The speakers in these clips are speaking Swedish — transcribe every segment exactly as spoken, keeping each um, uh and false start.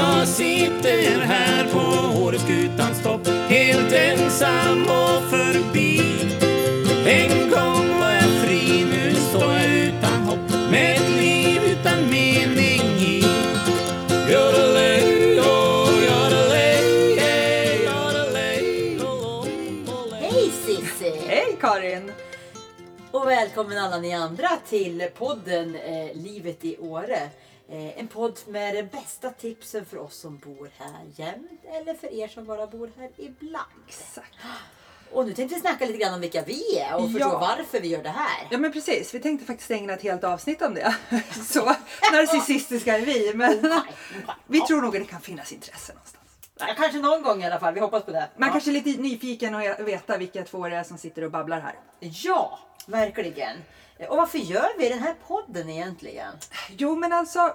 Jag sitter här på Åreskutans topp, helt ensam och förbi. En gång var jag fri, nu står jag utan hopp, med ett liv utan mening i. Yodelay, oh, yodelay, yeah, yodelay, oh, oh, Hej Cissi! Hej Karin! Och välkommen alla ni andra till podden eh, Livet i Åre. Eh, en podd med de bästa tipsen för oss som bor här jämt eller för er som bara bor här ibland. Exakt. Och nu tänkte vi snacka lite grann om vilka vi är och förstå Ja. varför vi gör det här. Ja men precis, vi tänkte faktiskt ägna ett helt avsnitt om det. Så narcissistiska är vi, men Oh my, oh my. vi tror nog att det kan finnas intresse någonstans. Ja, kanske någon gång i alla fall, vi hoppas på det. Man Ja. kanske är lite nyfiken och veta vilka två det är som sitter och babblar här. Ja, verkligen. Och varför gör vi den här podden egentligen? Jo men alltså,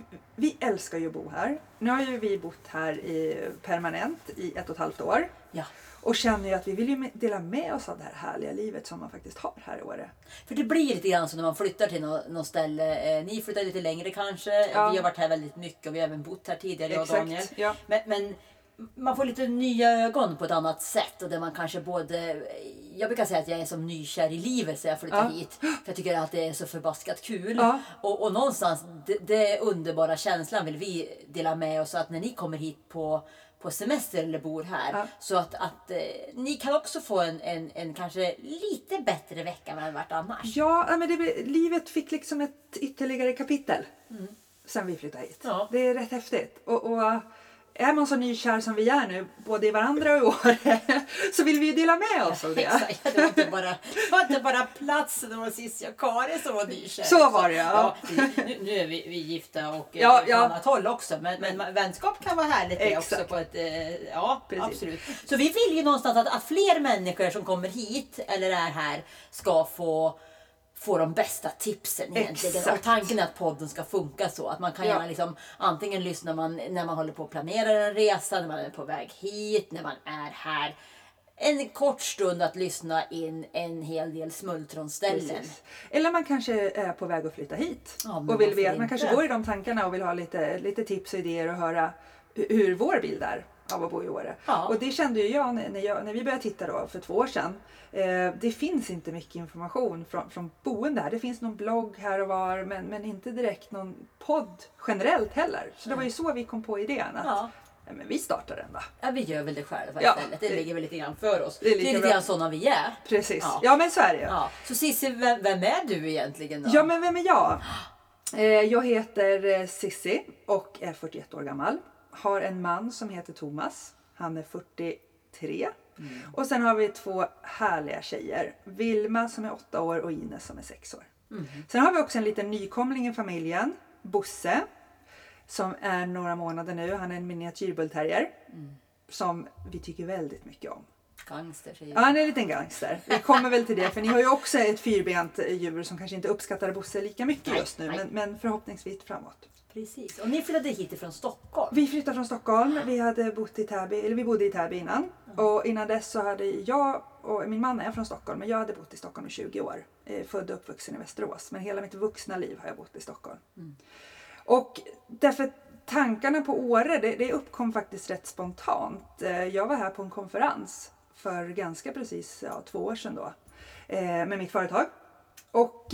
vi älskar ju att bo här. Nu har ju vi bott här i, permanent i ett och ett halvt år. Ja. Och känner ju att vi vill ju dela med oss av det här härliga livet som man faktiskt har här i Åre. För det blir lite grann som när man flyttar till något, något ställe. Eh, ni flyttar lite längre kanske. Ja. Vi har varit här väldigt mycket och vi har även bott här tidigare, jag och Daniel. Exakt, ja. Men, men man får lite nya ögon på ett annat sätt. Och där man kanske både... Jag brukar säga att jag är som nykär i livet så jag flyttar Ja. hit. För jag tycker att det är så förbaskat kul. Ja. Och, och någonstans, det, det underbara känslan vill vi dela med oss. Att när ni kommer hit på... på semester eller bor här. Ja. Så att, att eh, ni kan också få en, en, en kanske lite bättre vecka än vad det varit annars. Ja, men det, livet fick liksom ett ytterligare kapitel mm. sen vi flyttade hit. Ja. Det är rätt häftigt. Och, och är man så nykär som vi är nu, både i varandra och i Åre, så vill vi ju dela med oss av det. Exakt, det var inte bara, det var inte bara platsen, det var Cissi och Karin som var nykär. Så var det, ja. ja nu, nu är vi, vi gifta och Ja, på ja. annat håll också. Men, men vänskap kan vara härligt det också Exakt. på ett... eh, Ja, Precis. absolut. Så vi vill ju någonstans att, att fler människor som kommer hit eller är här ska få... få de bästa tipsen egentligen. Exakt. Och tanken är att podden ska funka så. Att man kan Ja. gärna liksom antingen lyssna när man, när man håller på att planera en resa, när man är på väg hit, när man är här. En kort stund att lyssna in en hel del smultronställen. Precis. Eller man kanske är på väg att flytta hit. Ja, men och vill varför veta, man inte? kanske går i de tankarna och vill ha lite, lite tips och idéer och höra hur, hur vår bild är av att bo i Åre. Ja. Och det kände ju jag när, jag när vi började titta då för två år sedan. Eh, det finns inte mycket information från, från boende här. Det finns någon blogg här och var men, men inte direkt någon podd generellt heller. Så det var ju så vi kom på idén att Ja. ja, men vi startar den då. Ja, vi gör väl det själva Ja. istället. Det ligger väl lite grann för oss. Det är Det är, lika lite bra. grann sådana vi är. Precis. Ja. Ja, men så är det ju. Ja. Så Cissi, vem, vem är du egentligen då? Ja, men vem är jag? Eh, jag heter eh, Cissi och är fyrtioett år gammal. Har en man som heter Thomas. Han är fyrtiotre. Mm. Och sen har vi två härliga tjejer. Vilma som är åtta år och Ines som är sex år. Mm. Sen har vi också en liten nykomling i familjen. Bosse. Som är några månader nu. Han är en miniatyrbullterrier. Mm. Som vi tycker väldigt mycket om. Gangster säger Ja, han är en liten gangster. Vi kommer väl till det. För ni har ju också ett fyrbent djur som kanske inte uppskattar Bosse lika mycket Nej, just nu. nej. Men, men förhoppningsvis framåt. Precis. Och ni flyttade hit ifrån Stockholm. Vi flyttade från Stockholm. Vi hade bott i Täby, eller vi bodde i Täby innan. Mm. Och innan dess så hade jag, och min man är från Stockholm, men jag hade bott i Stockholm i tjugo år. Född och uppvuxen i Västerås. Men hela mitt vuxna liv har jag bott i Stockholm. Mm. Och därför tankarna på Åre, det, det uppkom faktiskt rätt spontant. Jag var här på en konferens för ganska precis ja, två år sedan då. Med mitt företag. Och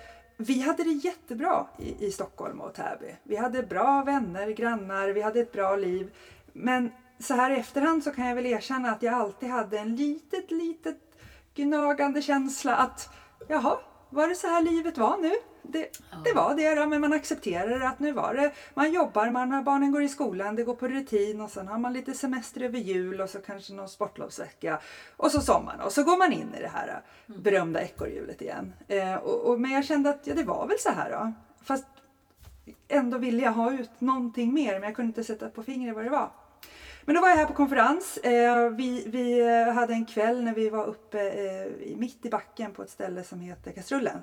vi hade det jättebra i, i Stockholm och Täby. Vi hade bra vänner, grannar, vi hade ett bra liv. Men så här i efterhand så kan jag väl erkänna att jag alltid hade en litet, litet gnagande känsla att jaha, var det så här livet var nu? Det, ja. det var det då, men man accepterar att nu var det. Man jobbar, man har, barnen går i skolan, det går på rutin och sen har man lite semester över jul och så kanske någon sportlovsvecka. Och så sommaren och så går man in i det här berömda ekorrhjulet igen. Eh, och, och, men jag kände att ja, det var väl så här då. Fast ändå ville jag ha ut någonting mer men jag kunde inte sätta på fingret vad det var. Men då var jag här på konferens. Eh, vi, vi hade en kväll när vi var uppe eh, mitt i backen på ett ställe som heter Kastrullen.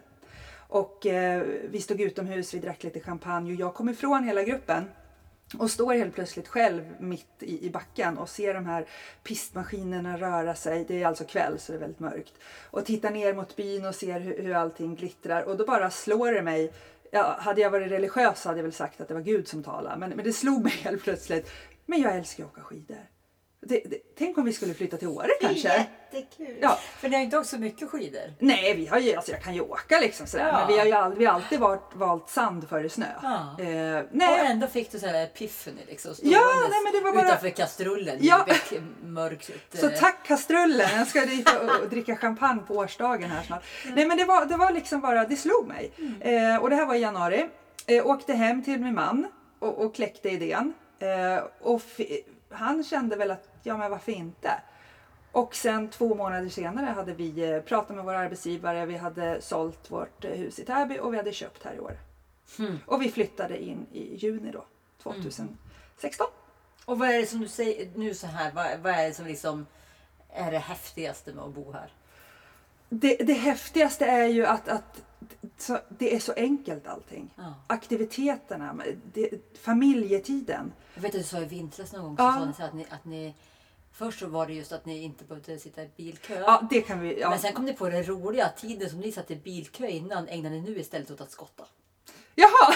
Och eh, vi stod utomhus, vi drack lite champagne och jag kom ifrån hela gruppen. Och står helt plötsligt själv mitt i, i backen och ser de här pistmaskinerna röra sig. Det är alltså kväll så det är väldigt mörkt. Och tittar ner mot byn och ser hur, hur allting glittrar. Och då bara slår det mig Ja, hade jag varit religiös hade jag väl sagt att det var Gud som talade. Men, men det slog mig helt plötsligt. Men jag älskar att åka skidor. Det, det, tänk om vi skulle flytta till Åre kanske. Det är jättekul. Ja. För ni har inte också mycket skidor. Nej, vi har ju, alltså jag kan ju åka liksom sådär. Ja. Men vi har ju aldrig, vi har alltid varit, valt sand före snö. Ja. Eh, Och nej, ändå fick du så här epiphany liksom. Ja, nej, men det var bara- Utanför kastrullen Ja. i bäck, mörkt. så tack kastrullen. Jag ska dit och, och dricka champagne på årsdagen här snart. Mm. Nej, men det var, det var liksom bara, det slog mig. Mm. Eh, och det här var i januari. Eh, åkte hem till min man och, och kläckte idén. Eh, och f- han kände väl att, ja men varför inte? Och sen två månader senare hade vi eh, pratat med våra arbetsgivare. Vi hade sålt vårt eh, hus i Täby och vi hade köpt här i år. Mm. Och vi flyttade in i juni då, tjugohundrasexton. Och vad är det som du säger nu så här? Vad, vad är det som liksom är det häftigaste med att bo här? Det, det häftigaste är ju att, att så, det är så enkelt allting. Ja. Aktiviteterna, det, familjetiden. Jag vet att du sa i vintras någon gång Ja. så sa ni så att ni, att ni... Först så var det just att ni inte behövde sitta i bilkö. Ja, det kan vi... Ja. Men sen kom ni på det roliga. Tiden som ni satt i bilkö innan ägnar ni nu istället åt att skotta. Jaha!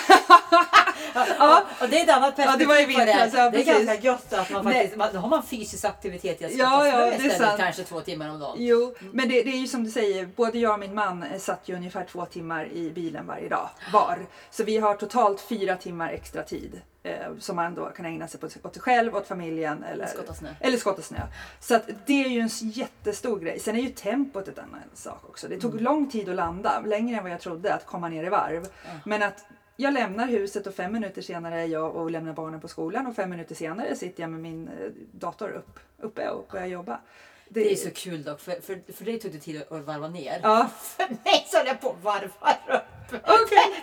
Ja. Och det är ett annat perspektiv Ja, det var i på det. vintras, ja, Det är precis. ganska gött att man faktiskt... Man, då har man fysisk aktivitet i att skotta Ja, ja, snö det är istället. sant. Kanske två timmar om dagen. Jo, men det, det är ju som du säger, både jag och min man eh, satt ju ungefär två timmar i bilen varje dag var. Så vi har totalt fyra timmar extra tid eh, som man då kan ägna sig på, åt sig själv, åt familjen eller Skotta snö. Eller skotta snö. Så att det är ju en jättestor grej. Sen är ju tempot ett annan sak också. Det tog Mm. lång tid att landa, längre än vad jag trodde, att komma ner i varv. Ja. Men att jag lämnar huset och fem minuter senare är jag och lämnar barnen på skolan och fem minuter senare sitter jag med min eh, dator upp, uppe och börjar jobba. Det är så kul dock, för, för, för dig tog det tid att varva ner. Ja. För mig så höll jag på att varva upp. Okej.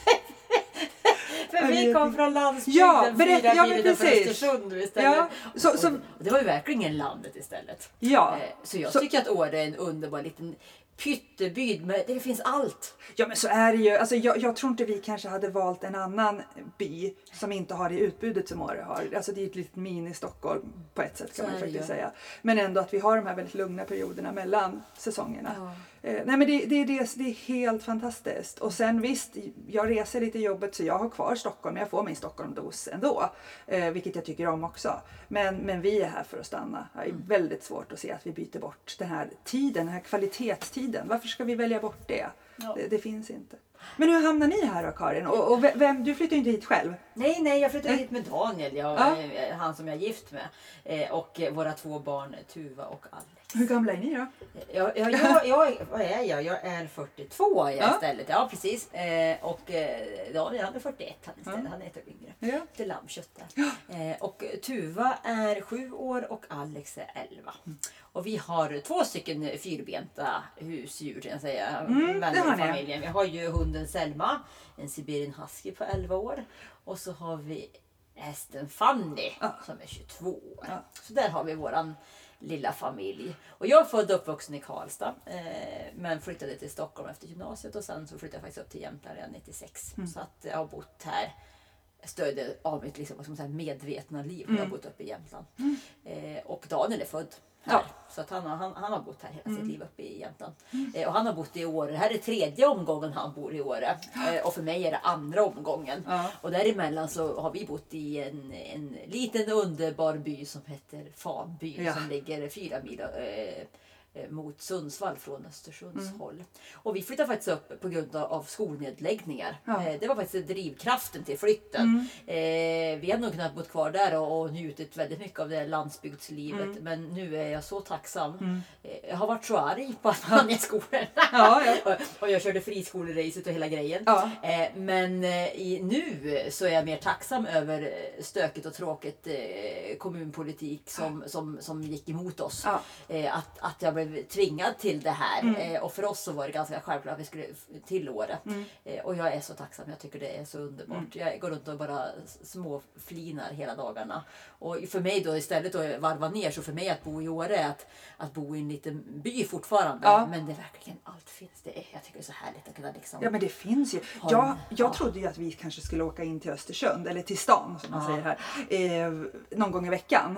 För Jag vi vet kom inte. från landsbygden, Ja, berätta- fyra ja, mil men utanför precis. Östersund nu istället. Ja, så, så, Och det var ju verkligen landet istället. ja. Eh, Så jag Så- tycker att Åre är en underbar liten pytteby, men det finns allt. Ja, men så är det ju. Alltså, jag, jag tror inte vi kanske hade valt en annan by som inte har det utbudet som Åre har. Alltså det är ett litet mini-Stockholm på ett sätt kan Så man är det faktiskt ju. säga. Men ändå att vi har de här väldigt lugna perioderna mellan säsongerna. Ja. Eh, nej men det, det, det, det är helt fantastiskt. Och sen visst, jag reser lite i jobbet så jag har kvar Stockholm. Men jag får min Stockholmdos ändå. Eh, vilket jag tycker om också. Men, men vi är här för att stanna. Det är Mm. väldigt svårt att se att vi byter bort den här tiden, den här kvalitetstiden. Varför ska vi välja bort det? Ja. Det, det finns inte. Men hur hamnar ni här då, Karin? Och, och vem, du flyttar ju inte hit själv. Nej, nej, jag flyttade hit med Daniel, jag, Ja. eh, han som jag är gift med. Eh, Och eh, våra två barn, Tuva och Alex. Hur gamla är ni då? Jag, jag, jag, jag, vad är jag? Jag är fyrtiotvå är jag Ja. istället. Ja, precis. Eh, och eh, Daniel han är fyrtioett han istället. Ja. Han är ett år yngre. Ja. Lite lammkött där. Eh, och Tuva är sju år och Alex är elva. Och vi har två stycken fyrbenta husdjur, kan jag säga. Mm, vänner det har i ni. familjen. Vi har ju hunden Selma, en Siberian husky på elva år. Och så har vi hästen Fanny Ja. som är tjugotvå år. Ja. Så där har vi våran lilla familj. Och jag är född och uppvuxen i Karlstad. Eh, men flyttade till Stockholm efter gymnasiet. Och sen så flyttade jag faktiskt upp till Jämtland redan nittiosex. Mm. Så att jag har bott här. Stödde av mitt liksom, vad ska man säga, medvetna liv. Mm. Jag har bott uppe i Jämtland. Eh, och Daniel är född här. Ja. Så att han, har, han, han har bott här hela Mm. sitt liv uppe i Jämtland. Eh, och han har bott i Åre. Det här är tredje omgången han bor i Åre. Eh, och för mig är det andra omgången. Ja. Och däremellan så har vi bott i en, en liten underbar by som heter Fanby. Ja. Som ligger fyra mil eh, mot Sundsvall från Östersunds Mm. håll. Och vi flyttade faktiskt upp på grund av, av skolnedläggningar. Ja. Eh, det var faktiskt drivkraften till flytten. Mm. Eh, vi hade nog kunnat bo kvar där och, och njutit väldigt mycket av det landsbygdslivet. Mm. Men nu är jag så tacksam. Mm. Eh, jag har varit så arg på att man är skolorna. Ja, ja. och, och jag körde friskoleracet och hela grejen. Ja. Eh, men eh, i, nu så är jag mer tacksam över eh, stökigt och tråkigt eh, kommunpolitik som, som, som gick emot oss. Ja. Eh, att, att jag blev tvingad till det här. Mm. Eh, och för oss så var det ganska självklart att vi skulle f- till Åre. Mm. Eh, och jag är så tacksam. Jag tycker det är så underbart. Mm. Jag går runt och bara s- småflinar hela dagarna. Och för mig då istället att varva ner, så för mig att bo i Åre är att, att bo i en liten by fortfarande. Ja. Men det är verkligen allt finns. Det är, jag tycker det är så härligt att kunna liksom... Ja men det finns ju. Har Jag, de- jag ja. trodde ju att vi kanske skulle åka in till Östersund eller till stan som man Ja. säger här. Eh, någon gång i veckan.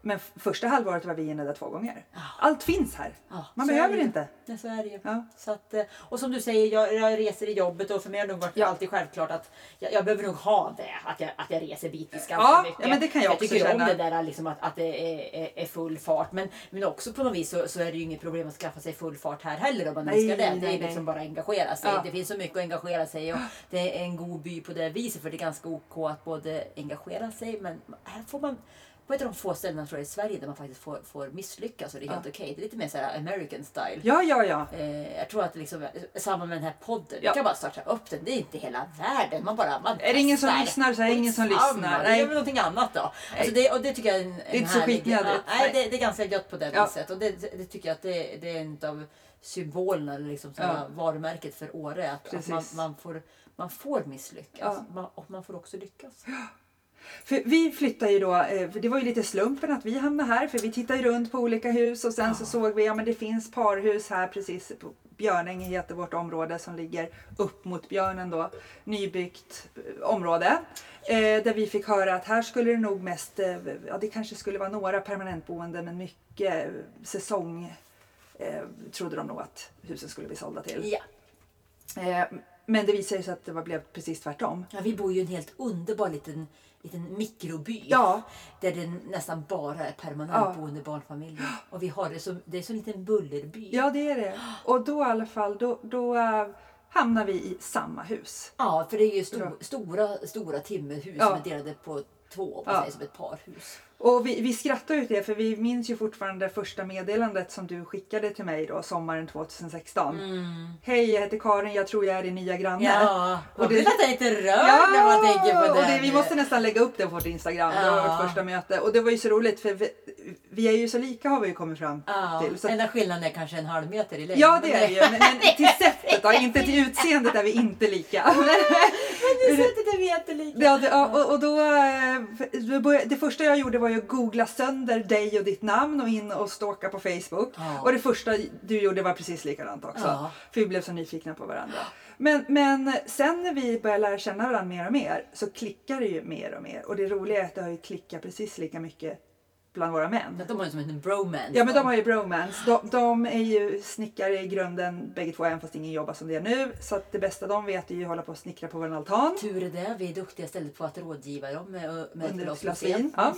Men f- första halvåret var vi inne där två gånger. Ja. Allt finns här. Ja, Man så är behöver det ju. inte. Nej, så är det ju. Ja. Så att, eh, och som du säger, jag, jag reser i jobbet och för mig har det nog varit Ja. alltid självklart att jag, jag behöver nog ha det. Att jag, att jag reser bitvis ganska Ja, mycket. ja, men det kan jag också Jag tycker känna. om det där liksom, att, att det är, är, är full fart. Men, men också på något vis så, så är det ju inget problem att skaffa sig full fart här heller om man Nej, önskar det. Det nej, är liksom nej. bara att engagera sig. Ja. Det finns så mycket att engagera sig och det är en god by på det viset. För det är ganska ok att både engagera sig men här får man på ett av de få ställena tror jag, i Sverige där man faktiskt får, får misslyckas och det är helt Ja. okej. Det är lite mer så här American style. Ja, ja, ja. Eh, jag tror att det liksom, samma med den här podden. Ja. Vi kan bara starta upp den. Det är inte hela världen. Man bara, man Är det ingen som testar. lyssnar så är det ingen som Skitsamma. lyssnar. Det Nej. är väl någonting annat då. Alltså det, och det tycker jag är en, en Det är inte så härlig- skitnödigt. Ja, nej, det, det är ganska gött på det Ja. viset. Och det, det tycker jag att det, det är en av symbolerna, eller liksom Ja. ja. varumärket för Åre. Att, att Precis. man, man, får, man får misslyckas. Ja. Man, och man får också lyckas. För vi flyttade ju då, eh, för det var ju lite slumpen att vi hamnade här. För vi tittade ju runt på olika hus och sen så såg vi, ja men det finns parhus här precis på Björnänge heter vårt område som ligger upp mot Björnen då. Nybyggt eh, område. Eh, där vi fick höra att här skulle det nog mest, eh, ja det kanske skulle vara några permanentboende men mycket eh, säsong eh, trodde de nog att husen skulle bli sålda till. Ja. Eh, men det visade sig att det var, blev precis tvärtom. Ja, vi bor ju i en helt underbar liten, liten mikroby. Ja. Där det nästan bara är permanentboende barnfamiljer. Och vi har det som, det är så en liten bullerby. Ja, det är det. Och då i alla fall, då, då äh, hamnar vi i samma hus. Ja, för det är ju sto- Ja. stora, stora timmerhus Ja. som är delade på två, på Ja. sig, som ett parhus. Och vi, vi skrattar ut det för vi minns ju fortfarande första meddelandet som du skickade till mig då sommaren tjugohundrasexton. Mm. Hej, jag heter Karin, jag tror jag är din nya granne. Ja, och Och det det- blir lite rörd när man tänker på och det. det, vi måste nästan lägga upp det på vårt Instagram. Det var Ja. vårt första möte. Och det var ju så roligt för vi, vi är ju så lika har vi ju kommit fram Ja, till. Så att, enda skillnaden är kanske en halv meter i längd. ja, det är det ju. Men, men till sättet då, inte till utseendet är vi inte lika. Det sättet är vi jättelika. Ja, det, ja, och, och då, eh, då började, det första jag gjorde var ju att googla sönder dig och ditt namn och in och stalka på Facebook. Ja. Och det första du gjorde var precis likadant också. Ja. För vi blev så nyfikna på varandra. Men, men sen när vi började lära känna varandra mer och mer så klickar det ju mer och mer. Och det roliga är att det har ju klickat precis lika mycket bland våra män. De har ju som en bromance. Ja, men de har ju bromance. De, de är ju snickare i grunden bägge två, även fast ingen jobbar som det är nu. Så att det bästa de vet är ju att hålla på och snickra på vår altan. Tur är det. Vi är duktiga istället på att rådgiva dem med, med Under ett glas förlossningsscen. vin. Ja.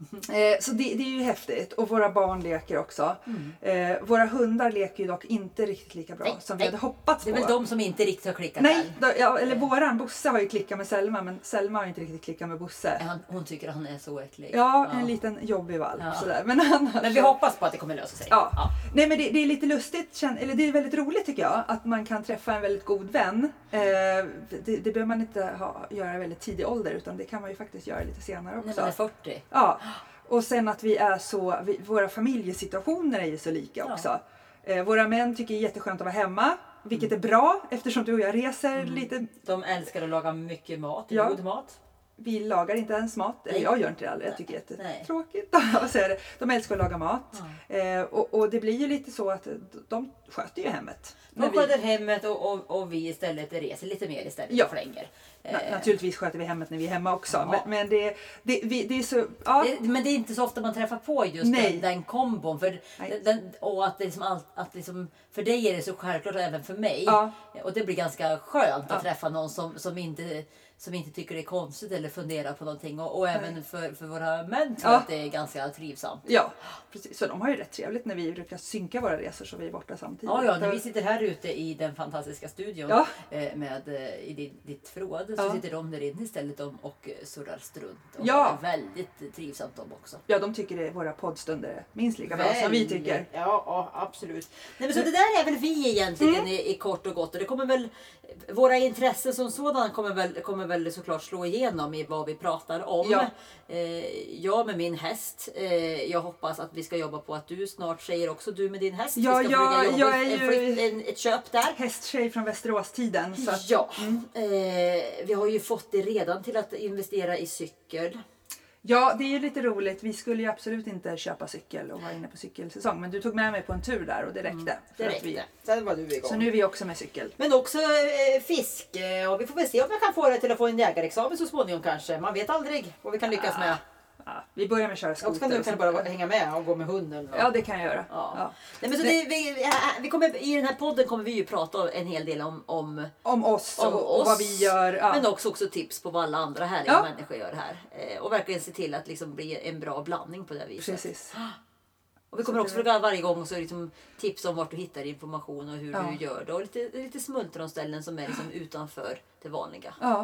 Eh, så det, det är ju häftigt. Och våra barn leker också. Eh, våra hundar leker ju dock inte riktigt lika bra Nej, som vi nej. hade hoppats Det är på. väl de som inte riktigt har klickat Nej, än. då, ja, eller våran Bosse har ju klickat med Selma, men Selma har inte riktigt klickat med Bosse. Han, hon tycker att han är så äcklig. Ja, en liten jobbig valp Ja. sådär. Men, annars, Men vi hoppas på att det kommer lösa sig. Ja. Nej, men det, det är lite lustigt, känn- eller det är väldigt roligt tycker jag, att man kan träffa en väldigt god vän. Eh, det, det behöver man inte ha, göra i väldigt tidig ålder, utan det kan man ju faktiskt göra lite senare När också. man är fyrtio. Ja, och sen att vi är så, vi, våra familjesituationer är ju så lika Ja. också. Eh, våra män tycker det är jätteskönt att vara hemma, vilket är bra eftersom du och jag reser Mm. lite. De älskar att laga mycket mat. Ja. God mat. Vi lagar inte ens mat, eller Nej. jag gör inte det aldrig, jag tycker det är Nej. jättetråkigt. Vad säger det? De älskar att laga mat. Eh, och, och det blir ju lite så att de sköter ju hemmet. De Men vi- sköter hemmet och, och, och vi istället reser lite mer istället Ja. och flänger. Na, Eh, naturligtvis sköter vi hemmet när vi är hemma också. Ja. Men, men det, det, vi, det är så... Ja. det, men det är inte så ofta man träffar på just Nej. den, den kombon. För, Nej. den, och att det liksom allt, att liksom, för dig är det så självklart och även för mig. Ja. Och det blir ganska skönt Ja. att träffa någon som, som, inte, som inte tycker det är konstigt eller funderar på någonting. Och, och även för, för våra män tror Ja. jag att det är ganska trivsamt. Ja, precis. Så de har ju rätt trevligt när vi brukar synka våra resor så vi är borta samtidigt. Ja, ja, när vi sitter här ute i den fantastiska studion Ja. eh, med, eh, i ditt, ditt förråd så Ja. sitter de där inne istället om och eh, surrar strunt. Och Ja. det är väldigt trivsamt de också. Ja, de tycker det, våra poddstunder är minst lika bra som vi tycker. Ja, ja absolut. Nej, men så det där är väl vi egentligen Mm. i, i kort och gott. Och det kommer väl, våra intressen som sådan kommer väl, kommer väl såklart slå igenom i vad vi pratar om. Ja. Eh, jag med min häst. Eh, jag hoppas att vi ska jobba på att du snart säger också du med din häst. Ja, vi ska jag- försöka jobba jag är en ju- flytt, en, ett köp där. Hästtjej från Västerås-tiden. Så att, Ja, eh, vi har ju fått det redan till att investera i cykel. ja, det är ju lite roligt. Vi skulle ju absolut inte köpa cykel och vara inne på cykelsäsong. Men du tog med mig på en tur där och det räckte. för Det att vi, räckte. Sen var du igång. så nu är vi också med cykel. Men också eh, fiske och vi får väl se om jag kan få det till att få en jägarexamen så småningom kanske. Man vet aldrig vad vi kan lyckas med. Ja, vi börjar med att köra skoter. Och så kan du kan bara hänga med och gå med hunden. Eller? Ja, det kan jag göra. Ja. Ja. Nej, men så det, vi, vi kommer, I den här podden kommer vi ju prata en hel del om, om, om oss om och, och vad vi gör. Ja. Men också, också tips på vad alla andra härliga ja. människor gör här. Eh, och verkligen se till att liksom bli en bra blandning på det viset. Precis. Och vi kommer också fråga varje gång och så liksom tips om vart du hittar information och hur ja. du gör det. Och lite, lite smultronställen som är liksom utanför det vanliga. Ja.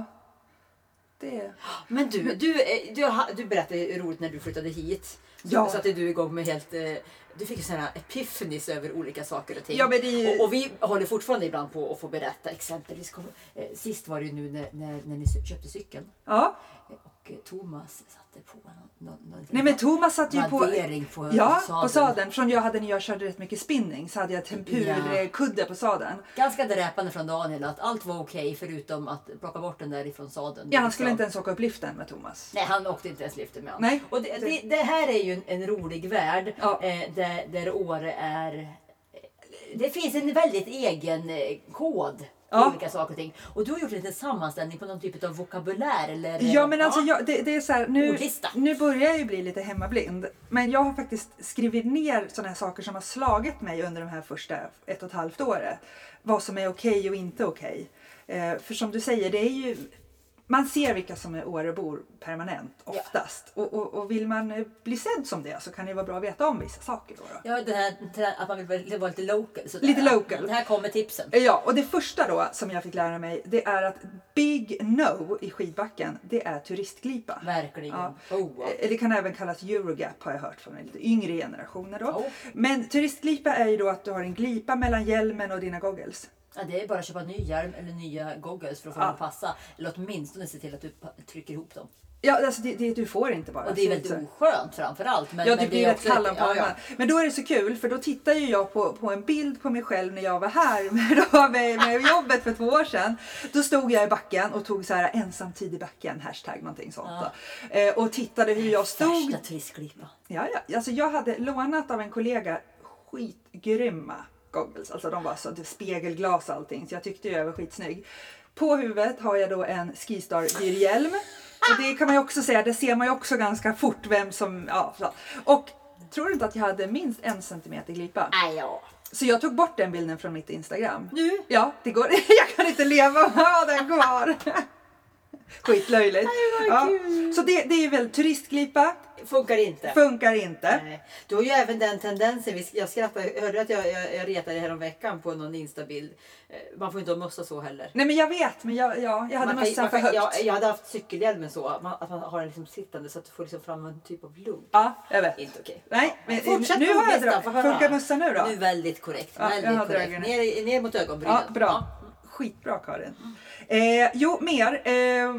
Det. Men du, du, du, du berättade hur roligt när du flyttade hit. Så Ja. satte du igång med helt... Du fick sådana epiphanies över olika saker och ting. Ja, men det är ju... och, och vi håller fortfarande ibland på att få berätta. Exempelvis, kom, eh, sist var det ju nu när, när, när ni köpte cykeln. Ja. Och eh, Thomas satte på någon... någon, någon Nej, men Thomas satt ju på... på ja, sadeln. på sadeln. Från jag hade när jag körde rätt mycket spinning så hade jag tempurkudde ja. på sadeln. Ganska dräpande från Daniel att allt var okej förutom att plocka bort den där ifrån sadeln. Ja, han skulle inte ens åka upp liften med Thomas. Nej, han åkte inte ens liften med honom. Nej. Och det, det, det här är ju en, en rolig värld ja. eh, där, där Åre är... Det finns en väldigt egen eh, kod. Ja. Olika saker och ting. Och du har gjort en liten sammanställning på någon typ av vokabulär eller... Ja, men ja. alltså jag, det, det är så här, nu, Ordlista. nu börjar jag ju bli lite hemmablind. Men jag har faktiskt skrivit ner sådana här saker som har slagit mig under de här första ett och ett halvt året. Vad som är okej och inte okej. Eh, för som du säger, det är ju... Man ser vilka som är Årebor permanent oftast. Ja. Och, och, och vill man bli sedd som det så kan det vara bra att veta om vissa saker. Då då. Ja, det här att man vill vara lite local. Sådär. Lite local. Det här kommer tipsen. Ja, och det första då som jag fick lära mig det är att big no i skidbacken det är turistglipa. Verkligen. Ja. Oh. Det kan även kallas Eurogap har jag hört från lite yngre generationer då. Oh. Men turistglipa är ju då att du har en glipa mellan hjälmen och dina goggles. Ja, det är bara att köpa ny hjälm eller nya goggles för att få ja. dem att passa. Eller åtminstone se till att du trycker ihop dem. Ja, alltså det, det, du får inte bara. Och det är väldigt oskönt framförallt. Men, ja, men det blir rätt kall om ja, ja. Men då är det så kul för då tittar ju jag på, på en bild på mig själv när jag var här med, då, med, med jobbet för två år sedan. Då stod jag i backen och tog så här ensam tid i backen, hashtag någonting sånt ja. då. Eh, och tittade hur jag stod. Värsta turistglipa. Ja, ja, alltså jag hade lånat av en kollega skitgrymma goggles. Alltså de var så spegelglas och allting. Så jag tyckte jag var skitsnygg. På huvudet har jag då en Skistar-dyrhjälm. Och det kan man ju också säga, det ser man ju också ganska fort vem som... Ja, så. Och tror du inte att jag hade minst en centimeter glipa? Nej, ja. Så jag tog bort den bilden från mitt Instagram. Nu? Ja, det går. Jag kan inte leva med ha den kvar. Skitlöjligt. Nej, ja. kul. Så det, det är väl turistglipa. Funkar inte. Funkar inte. Nej. Du har ju även den tendensen, jag skrattade, jag hörde att jag, jag, jag retade här om veckan på någon instabild. Man får inte ha mössa så heller. Nej men jag vet, men jag, ja, jag hade man mössan kan, för kan, högt. Jag, jag hade haft cykelhjälmen så, man, att man har den liksom sittande så att du får liksom fram en typ av lugg. Ja, jag vet. Inte okej. Nej, men Fortsätt nu har jag listan, dragit. Funkar mössan nu då? Nu väldigt korrekt. Ja, väldigt korrekt. Ner, ner mot ögonbrynen. Ja, bra. Ja. Skitbra Karin. Eh, jo, mer. Eh,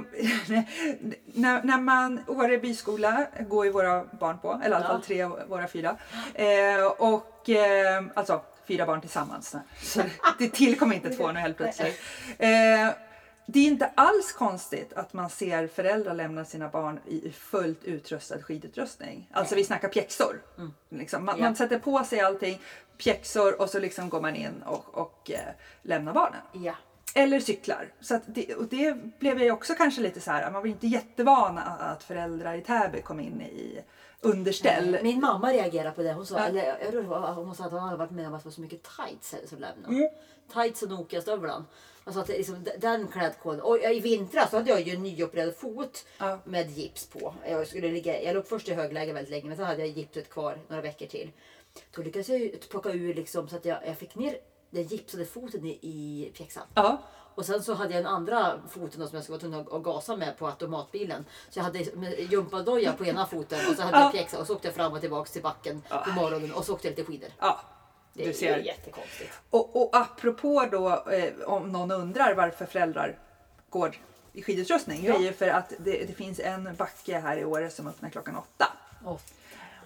när, när man Åre byskola går ju våra barn på, eller i alla fall tre av våra fyra. Eh, och eh, alltså fyra barn tillsammans. Så det tillkommer inte två nu helt plötsligt. Eh, det är inte alls konstigt att man ser föräldrar lämna sina barn i fullt utrustad skidutrustning. Alltså vi snackar pjäxor. Mm. Liksom. Man, ja. man sätter på sig allting, pjäxor och så liksom går man in och, och eh, lämnar barnen. Ja. Eller cyklar. Så att det, och det blev jag också kanske lite så här. Man var inte jättevan att föräldrar i Täby kom in i underställ. Min mamma reagerade på det. Hon sa, ja. eller, jag tror, hon sa att hon hade varit med om att det var så mycket tights som lämnade. Mm. Tights och Nokia-stövlan. Alltså att det, liksom, den klädkoden. Och i vintras så hade jag ju en nyopererad fot ja. med gips på. Jag, skulle ligga, jag låg först i högläge väldigt länge, men sen hade jag gipset kvar några veckor till. Då lyckades jag plocka ur liksom, så att jag, jag fick ner den gipsade foten i, i pjäxan. Ja. Och sen så hade jag en andra foten då, som jag skulle vara tvungen att gasa med på automatbilen. Så jag hade jumpadoja på ena foten och så hade ja. jag pjäxa och så åkte jag fram och tillbaka till backen ja. på morgonen och så åkte jag lite skidor. Ja. Det du är ser. jättekonstigt. Och, och apropå då, eh, om någon undrar varför föräldrar går i skidutrustning. Ja. Det är ju för att det, det finns en backe här i Åre som öppnar klockan åtta. Oh.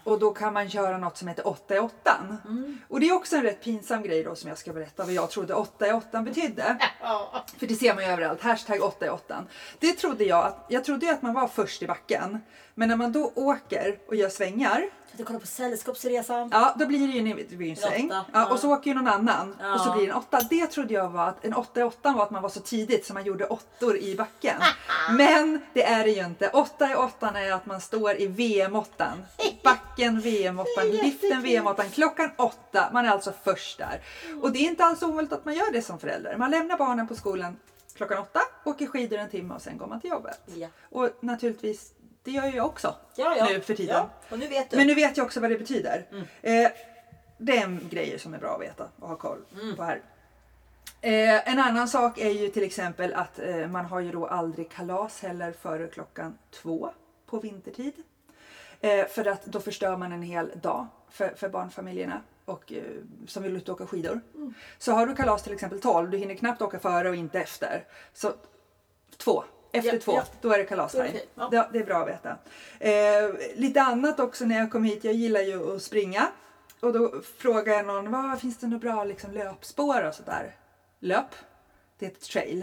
Och då kan man göra något som heter åtta i åttan. Mm. Och det är också en rätt pinsam grej då som jag ska berätta vad jag trodde åtta i åttan betydde. För det ser man ju överallt. Hashtag åtta i åttan. Det trodde jag. Att, jag trodde ju att man var först i backen. Men när man då åker och gör svängar. Du kollar på Sällskapsresan. Ja, då blir det ju en, det blir en sväng. Ja, ja. Och så åker ju någon annan. Ja. Och så blir det en åtta. Det trodde jag var att en åtta i åttan var att man var så tidigt så man gjorde åttor i backen. Men det är det ju inte. åtta i åttan är att man står i V M-åttan. Backen V M-åttan, liften V M-åttan, klockan åtta. Man är alltså först där. Och det är inte alls omöjligt att man gör det som förälder. Man lämnar barnen på skolan klockan åtta, åker skidor en timme och sen går man till jobbet. Ja. Och naturligtvis, det gör jag också ja, ja. nu för tiden. Ja. Och nu vet du. Men nu vet jag också vad det betyder. Mm. Eh, det är en grej som är bra att veta och ha koll mm. på här. Eh, en annan sak är ju till exempel att eh, man har ju då aldrig kalas heller före klockan två på vintertid. Eh, för att då förstör man en hel dag för, för barnfamiljerna och, eh, som vill ut och åka skidor. Mm. Så har du kalas till exempel tolv, du hinner knappt åka före och inte efter. Så två. Efter ja, två, ja. Då är det kalas här. Okay. Ja. Det, det är bra att veta. Eh, lite annat också när jag kom hit. Jag gillar ju att springa. Och då frågar jag någon, vad finns det något bra liksom, löpspår och sådär? Löp? Det är ett trail.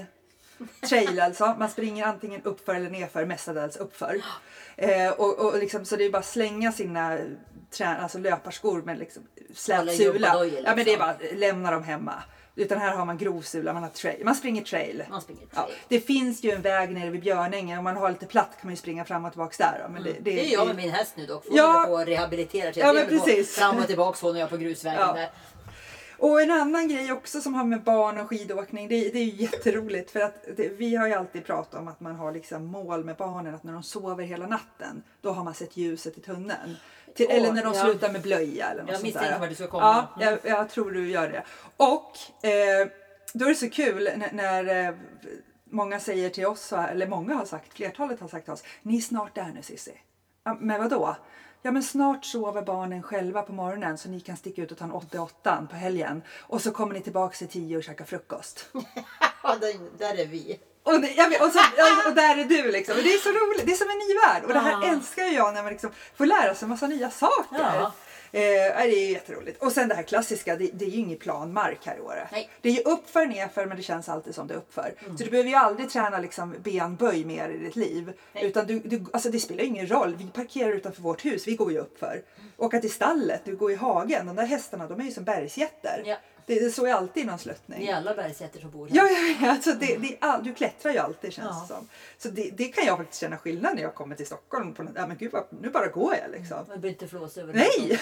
Trail alltså. Man springer antingen uppför eller nerför, mestadels uppför. Eh, och, och liksom, så det är bara slänga sina trä, alltså löparskor med liksom slätsula. Liksom. Ja, men det är bara lämna dem hemma. Utan här har man grovsula, man har trail. Man springer trail. Man springer trail. Ja, det finns ju en väg nere vid Björnänge. Om man har lite platt kan man ju springa fram och tillbaka där. Men det, mm. det, det är jag med min häst nu dock. Får ja, på rehabilitera till. Ja, men precis. Fram och tillbaka får när jag på grusvägen ja. Där. Och en annan grej också som har med barn och skidåkning. Det, det är ju jätteroligt. För att det, vi har ju alltid pratat om att man har liksom mål med barnen. Att när de sover hela natten. Då har man sett ljuset i tunneln. Till, oh, eller när de ja. Slutar med blöja eller något jag sånt där. Jag misstänker att du ska komma. Ja, jag, jag tror du gör det. Och eh, då är det så kul när, när eh, många säger till oss, eller många har sagt, flertalet har sagt till oss, ni är snart där nu Cissi. Ja, men vadå? Ja men snart sover barnen själva på morgonen så ni kan sticka ut och ta en åtta åtta på helgen. Och så kommer ni tillbaka till tio och käka frukost. Ja, där är vi. Och, det, jag vet, och, så, och där är du liksom. Och det är så roligt. Det är som en ny värld. Och det här ja. Älskar jag när man liksom får lära sig en massa nya saker. Ja. Eh, det är jätteroligt. Och sen det här klassiska. Det, det är ju ingen plan mark här i året. Nej. Det är ju uppför nerför men det känns alltid som det är uppför. Mm. Så du behöver ju aldrig träna liksom benböj mer i ditt liv. Nej. Utan du, du, alltså det spelar ingen roll. Vi parkerar utanför vårt hus. Vi går ju uppför. Mm. Åka till stallet. Du går i hagen. De där hästarna de är ju som bergsjätter. Ja. Det, det så är alltid någon sluttning. Det är alla bergsjätter som bor här. Ja, ja, ja. Alltså det, det är all, du klättrar ju alltid känns det ja. Som. Så det, det kan jag faktiskt känna skillnad när jag kommer till Stockholm. På något, ja, men gud, nu bara går jag liksom. Man blir inte flås över Nej!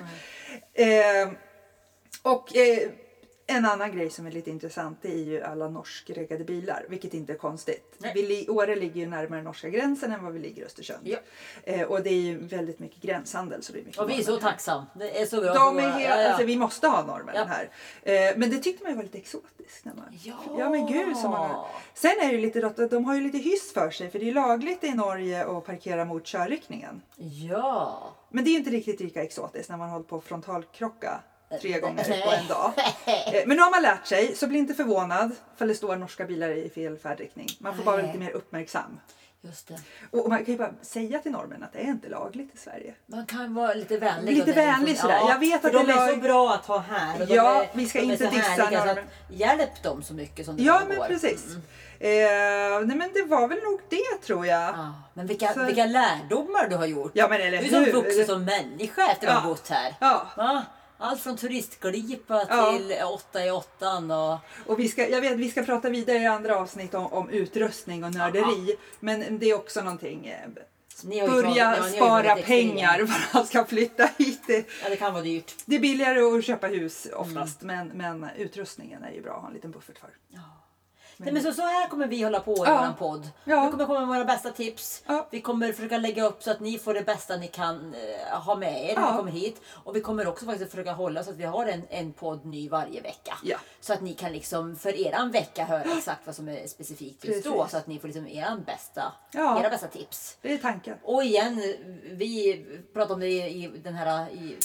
eh, och eh, en annan grej som är lite intressant det är ju alla norskreggade bilar. Vilket inte är konstigt. Vi, Åre ligger ju närmare norska gränsen än vad vi ligger i Östersund. Ja. Eh, och det är ju väldigt mycket gränshandel. Så det är mycket och vi är så tacksamma. Det är så bra. De är helt, ja, ja. Alltså, vi måste ha normen ja. Här. Eh, men det tyckte man ju var lite exotiskt. När man, ja. Ja men gud. Så man, sen är det ju lite, de har ju lite hyss för sig. För det är lagligt i Norge att parkera mot körriktningen. Ja. Men det är ju inte riktigt lika exotiskt när man håller på att frontalkrocka. Tre gånger på en dag. Men nu har man lärt sig, så bli inte förvånad för det står norska bilar i fel färdriktning. Man får bara vara lite mer uppmärksam. Just det. Och man kan ju bara säga till normen att det är inte lagligt i Sverige. Man kan vara lite vänlig. Lite vänlig sådär. Ja, jag vet att de det är lag... så bra att ha här. Ja, är, vi ska inte dissa normen. Hjälp dem så mycket som det Ja, går. men precis. Mm. Eh, nej men det var väl nog det tror jag. Ja, men vilka, så... vilka lärdomar du har gjort. Ja, men eller du är som vuxen som människa efter att ja. Ha bott här. Ja. Va? Allt från turistglipa till ja. åtta i åttan. Och... och vi ska, jag vet, vi ska prata vidare i andra avsnitt om, om utrustning och nörderi. Aha. Men det är också någonting... Eh, börja tagit, ja, spara pengar för att ska flytta hit. Det, ja, det kan vara dyrt. Det är billigare att köpa hus oftast. Mm. Men, men utrustningen är ju bra att ha en liten buffert för. Ja. Nej, men så, så här kommer vi hålla på i ja. Våran podd. Ja. Vi kommer komma med våra bästa tips. Ja. Vi kommer försöka lägga upp så att ni får det bästa ni kan uh, ha med er när ja. Ni kommer hit. Och vi kommer också faktiskt försöka hålla så att vi har en, en podd ny varje vecka. Ja. Så att ni kan liksom för eran vecka höra exakt vad som är specifikt just då. Så att ni får liksom eran bästa, ja. Era bästa tips. Det är tanken. Och igen, vi pratade om det i, i den här... I,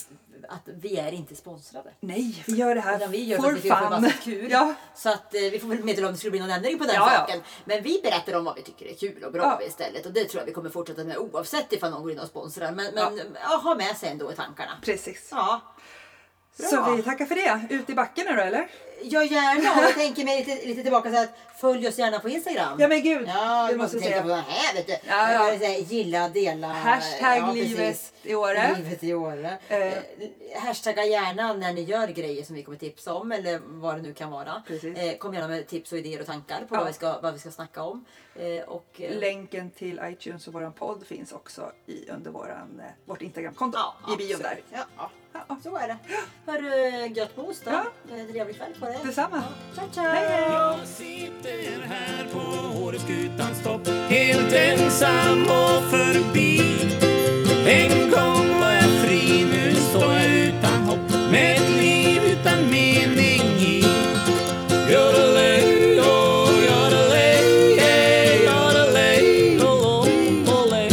att vi är inte sponsrade. Nej, vi gör det här Utan vi gör for för att vi tycker det fun. är kul. Ja. Så att eh, vi får väl meddela om det skulle bli någon ändring på den Ja, ja. saken. Men vi berättar om vad vi tycker är kul och bra Ja. istället. Och det tror jag vi kommer fortsätta med oavsett ifall någon går in och sponsrar. Men, men Ja. ja, ha med sig ändå i tankarna. Precis. Ja. Bra. Så vi tackar för det. Ut i backen nu då, eller? Ja, gärna. Och jag tänker mig lite, lite tillbaka så att följ oss gärna på Instagram. Ja men gud, Ja, det du måste måste tänka säga. på det här, vet du. Ja, ja. Jag säga, gilla, dela. Hashtag ja, livet precis. i Åre. Livet i Åre. Eh. Eh, hashtagga gärna när ni gör grejer som vi kommer tipsa om eller vad det nu kan vara. Precis. Eh, kom gärna med tips och idéer och tankar på Ja. vad, vi ska, vad vi ska snacka om. Eh, och, eh, Länken till iTunes och våran podd finns också i, under våran, eh, vårt Instagramkonto ja, i bion där. absolut. Ja, ja. Ja. Så är det. Hörru, gött bos då. Ja. Eh, Trevlig kväll på dig. Detsamma. Ja. Ciao, ciao. Hej, hej. Jag sitter här på Åreskutans topp, helt ensam och förbi. En gång var jag fri, nu står jag utan hopp, med ett liv utan mening i. Yodelay, oh, yodelay, hey, yodelay, oh, oh, olay.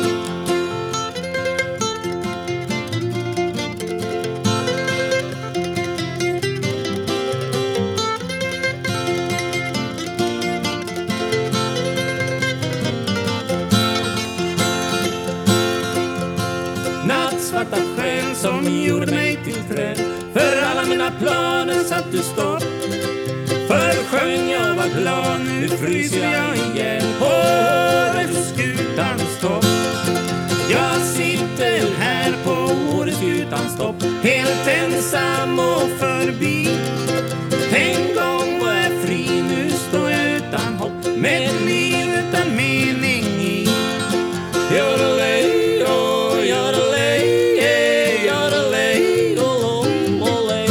Nattsvarta sken som gjorde mig till träd, för alla mina planer satt du stopp. För sjön jag var glad, nu fryser jag igen på Åreskutans topp. Jag sitter här på Åreskutans topp, helt ensam och förbi. En gång var jag fri, nu står jag utan hopp, med ett liv utan mening i. Yodelay, oh, yodelay, hey, yodelay, oh, oh, olay.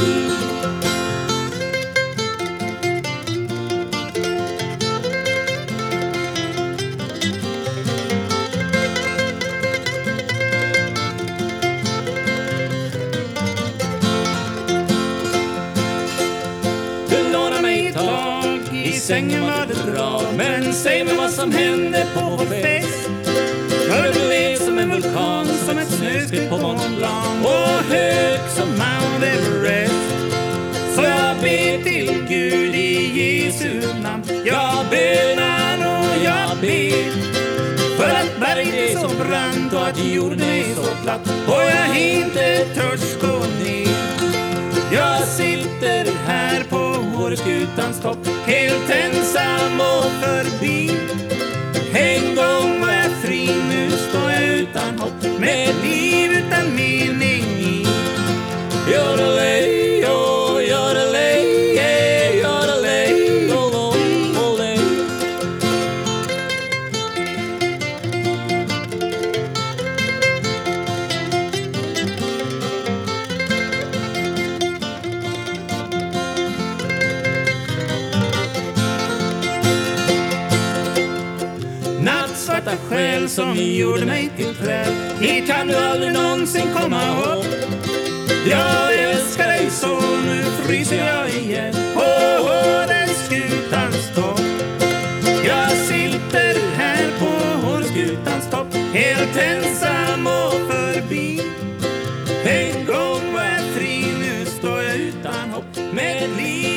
Du lånade mig ett tag, i sängen var det bra, men säg mig vad som hände på vår fest. För du blev som en vulkan, som ett snöskred på Mont Blanc och hög som Mount Everest. Så jag ber till Gud i Jesu namn, jag bönar och jag ber, för att berget är så brant och att jorden är så platt och jag inte törs gå ner. Jag sitter här på Åreskutans topp, helt ensam och förbi. En gång var jag fri, nu står jag utan hopp, med ett liv utan mening i. Yodelay, oh, yodelay, hey, yodelay, oh, oh, olay. Nattsvarta själ som gjorde mig till träd, hit kan du aldrig någonsin komma upp. Jag älskar dig så, nu fryser jag igen på Åreskutans topp. Jag sitter här på Åreskutans topp, helt ensam och förbi. En gång var jag fri, nu står jag utan hopp, med ett liv